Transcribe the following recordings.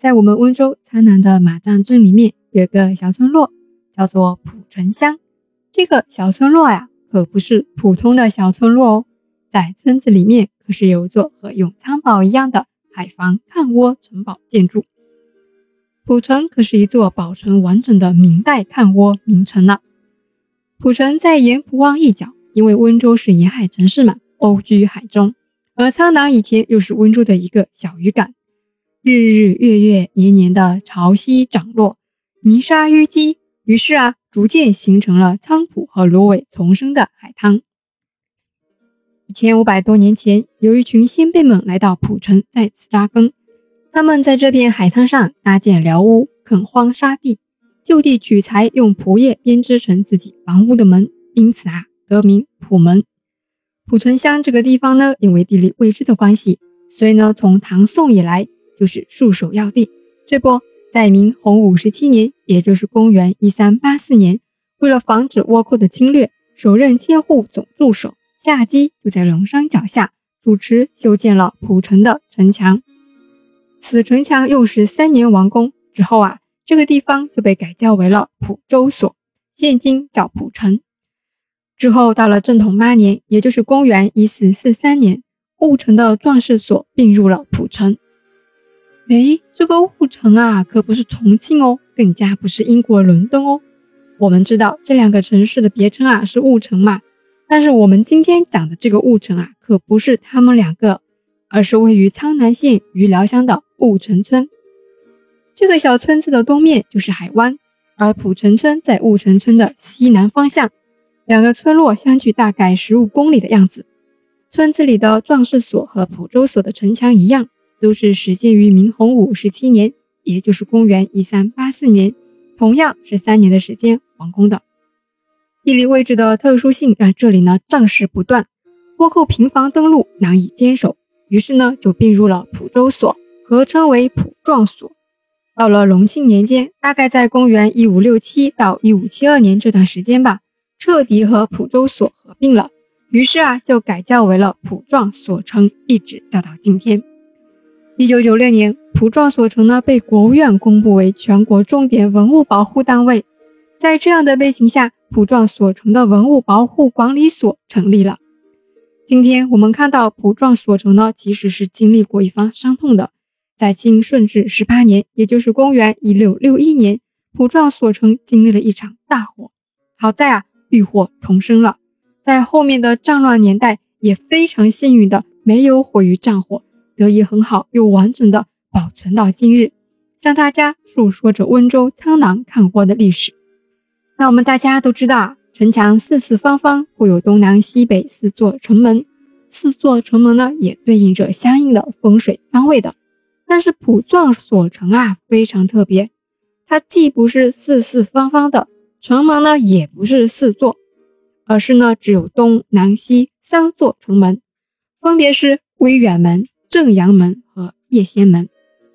在我们温州苍南的马丈镇里面有个小村落，叫做蒲城乡。这个小村落呀，可不是普通的小村落哦，在村子里面可是有座和永昌堡一样的海防抗倭城堡建筑。蒲城可是一座保存完整的明代抗倭名城呢。蒲城在沿蒲湾一角，因为温州是沿海城市嘛，欧居海中，而苍南以前又是温州的一个小渔港，日日月月年年的潮汐涨落，泥沙淤积，于是逐渐形成了菖蒲和芦苇丛生的海滩。1500多年前，有一群先辈们来到蒲城，在此扎根。他们在这片海滩上搭建寮屋，垦荒沙地，就地取材，用蒲叶编织成自己房屋的门，因此得名蒲门。蒲城乡这个地方呢，因为地理位置的关系，所以呢，从唐宋以来就是戍守要地。这不，在明洪武17年，也就是公元1384年，为了防止倭寇的侵略，首任监护总助手夏基就在龙山脚下主持修建了蒲城的城墙。此城墙用时3年完工之后这个地方就被改叫为了蒲州所，现今叫蒲城。之后到了正统8年，也就是公元1443年，婺城的壮士所并入了蒲城。这个婺城可不是重庆哦，更加不是英国伦敦哦。我们知道这2个城市的别称是婺城嘛，但是我们今天讲的这个婺城可不是他们2个，而是位于苍南县余寮乡的婺城村。这个小村子的东面就是海湾，而蒲城村在婺城村的西南方向，2个村落相距大概15公里的样子。村子里的壮士所和蒲州所的城墙一样，都是始建于明洪武17年，也就是公元1384年，同样是3年的时间完工的。地理位置的特殊性让这里呢战事不断，倭寇频繁登陆，难以坚守，于是呢就并入了蒲州所，合称为蒲壮所。到了隆庆年间，大概在公元1567到1572年这段时间吧，彻底和蒲州所合并了，于是就改叫为了蒲壮所城，一直叫到今天。1996年，蒲壮所城呢被国务院公布为全国重点文物保护单位。在这样的背景下，蒲壮所城的文物保护管理所成立了。今天我们看到蒲壮所城呢，其实是经历过一番伤痛的。在清顺治18年，也就是公元1661年，蒲壮所城经历了一场大火，好在浴火重生了。在后面的战乱年代，也非常幸运的没有毁于战火，得以很好又完整的保存到今日，向大家述说着温州苍南抗倭的历史。那我们大家都知道城墙四四方方，会有东南西北4座城门，4座城门呢也对应着相应的风水方位的。但是蒲壮所城非常特别，它既不是四四方方的，城门呢也不是4座，而是呢只有东南西3座城门，分别是威远门、正阳门和叶仙门。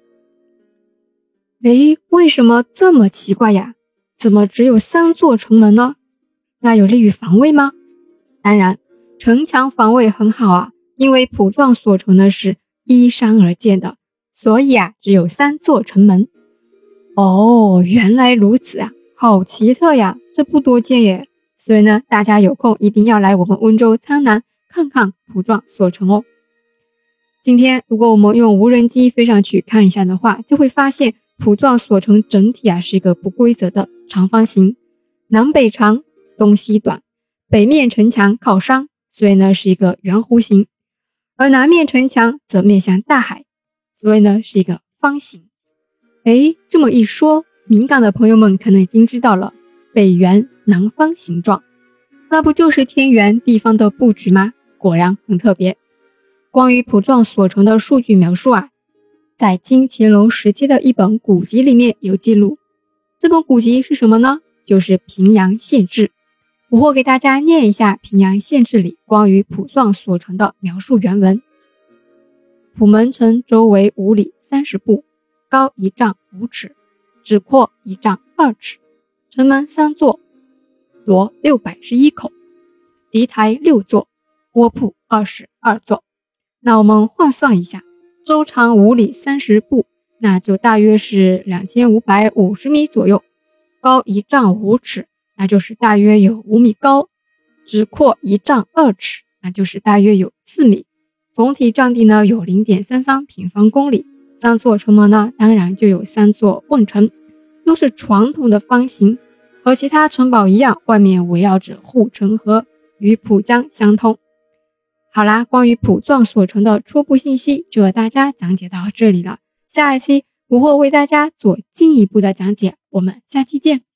为什么这么奇怪呀？怎么只有3座城门呢？那有利于防卫吗？当然，城墙防卫很好因为蒲壮所城呢是依山而建的，所以只有3座城门。原来如此好奇特呀，这不多见耶。所以呢，大家有空一定要来我们温州苍南看看蒲壮所城哦。今天如果我们用无人机飞上去看一下的话，就会发现蒲壮所城整体是一个不规则的长方形，南北长，东西短，北面城墙靠山，所以呢是一个圆弧形，而南面城墙则面向大海，所以呢是一个方形。这么一说，敏感的朋友们可能已经知道了，北圆南方形状，那不就是天圆地方的布局吗？果然很特别。关于蒲壮所城的数据描述在清乾隆时期的一本古籍里面有记录。这本古籍是什么呢？就是《平阳县志》。我会给大家念一下《平阳县志》里关于蒲壮所城的描述原文。蒲门城周围5里30步，高1丈5尺，直阔1丈2尺，城门3座，夺611口，敌台6座，窝铺22座。那我们换算一下，周长5里30步， 那就大约是2550米左右，高1丈5尺，那就是大约有5米高，直阔1丈2尺，那就是大约有4米。总体占地呢有 0.33 平方公里，3座城门呢当然就有3座瓮城，都是传统的方形，和其他城堡一样，外面围绕着护城河，与浦江相通。好啦，关于浦壮所城的初步信息就和大家讲解到这里了，下一期我会为大家做进一步的讲解，我们下期见。